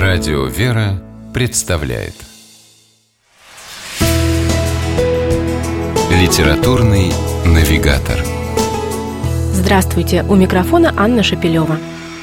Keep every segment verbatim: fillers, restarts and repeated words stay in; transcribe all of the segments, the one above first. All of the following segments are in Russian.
Радио «Вера» представляет Литературный навигатор. Здравствуйте, у микрофона Анна Шапилева.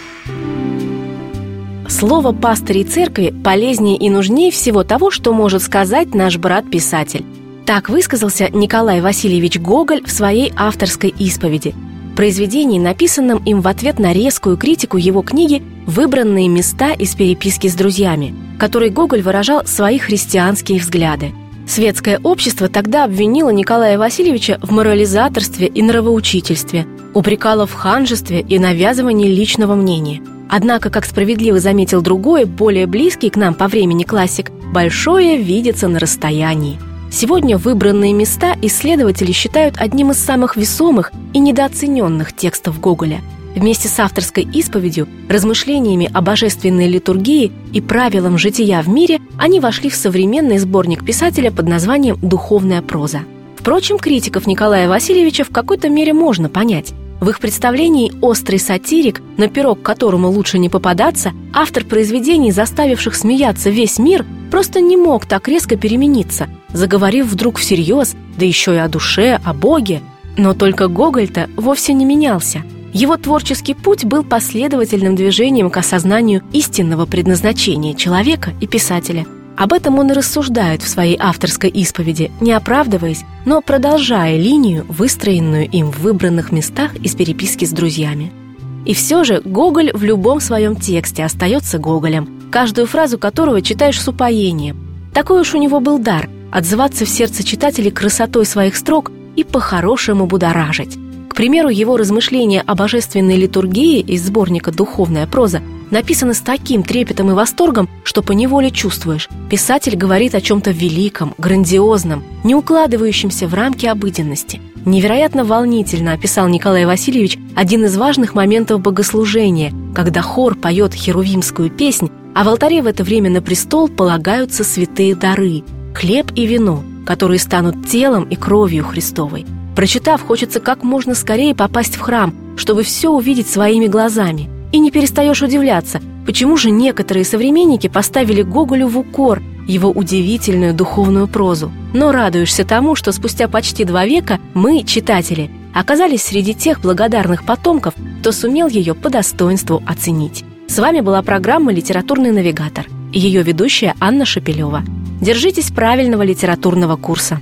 Слово пастырей церкви полезнее и нужнее всего того, что может сказать наш брат-писатель. Так высказался Николай Васильевич Гоголь в своей авторской исповеди, произведении, написанном им в ответ на резкую критику его книги «Выбранные места из переписки с друзьями», в которой Гоголь выражал свои христианские взгляды. Светское общество тогда обвинило Николая Васильевича в морализаторстве и нравоучительстве, упрекало в ханжестве и навязывании личного мнения. Однако, как справедливо заметил другой, более близкий к нам по времени классик, большое видится на расстоянии. Сегодня «Выбранные места» исследователи считают одним из самых весомых и недооцененных текстов Гоголя. Вместе с авторской исповедью, размышлениями о божественной литургии и правилам жития в мире они вошли в современный сборник писателя под названием «Духовная проза». Впрочем, критиков Николая Васильевича в какой-то мере можно понять. В их представлении острый сатирик, на пирог которому лучше не попадаться, автор произведений, заставивших смеяться весь мир, просто не мог так резко перемениться, заговорив вдруг всерьез, да еще и о душе, о Боге. Но только Гоголь-то вовсе не менялся. Его творческий путь был последовательным движением к осознанию истинного предназначения человека и писателя. Об этом он и рассуждает в своей авторской исповеди, не оправдываясь, но продолжая линию, выстроенную им в выбранных местах из переписки с друзьями. И все же Гоголь в любом своем тексте остается Гоголем, каждую фразу которого читаешь с упоением. Такой уж у него был дар – отзываться в сердце читателей красотой своих строк и по-хорошему будоражить. К примеру, его размышления о божественной литургии из сборника «Духовная проза» написаны с таким трепетом и восторгом, что поневоле чувствуешь. Писатель говорит о чем-то великом, грандиозном, не укладывающемся в рамки обыденности. Невероятно волнительно описал Николай Васильевич один из важных моментов богослужения, когда хор поет херувимскую песнь, а в алтаре в это время на престол полагаются святые дары – хлеб и вино, которые станут телом и кровью Христовой. Прочитав, хочется как можно скорее попасть в храм, чтобы все увидеть своими глазами. И не перестаешь удивляться, почему же некоторые современники поставили Гоголю в укор его удивительную духовную прозу. Но радуешься тому, что спустя почти два века мы, читатели, оказались среди тех благодарных потомков, кто сумел ее по достоинству оценить. С вами была программа «Литературный навигатор» и ее ведущая Анна Шапилева. Держитесь правильного литературного курса.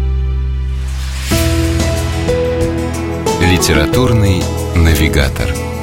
Литературный навигатор.